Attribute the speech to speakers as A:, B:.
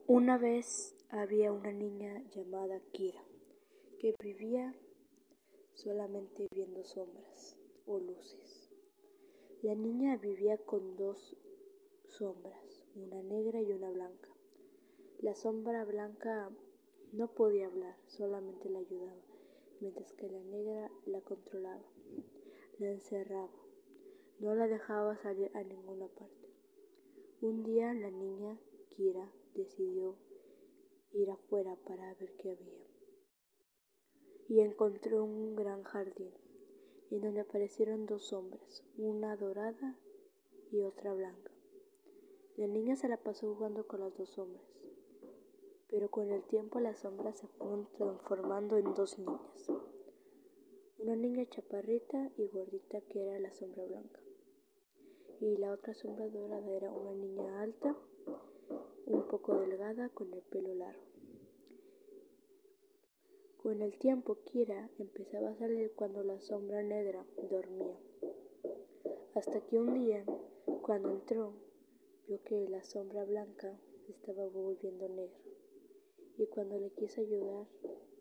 A: Una vez había una niña llamada Kira que vivía solamente viendo sombras o luces. La niña vivía con dos sombras, una negra y una blanca. La sombra blanca no podía hablar, solamente la ayudaba, mientras que la negra la controlaba, la encerraba, no la dejaba salir a ninguna parte. Un día la niña Kira decidió ir afuera para ver qué había y encontró un gran jardín en donde aparecieron dos sombras, una dorada y otra blanca. La niña se la pasó jugando con las dos sombras, pero con el tiempo las sombras se fueron transformando en dos niñas, una niña chaparrita y gordita que era la sombra blanca, y la otra sombra dorada era una niña alta, un poco delgada con el pelo largo. Con el tiempo Kira empezaba a salir cuando la sombra negra dormía, hasta que un día, cuando entró, vio que la sombra blanca se estaba volviendo negra, y cuando le quiso ayudar,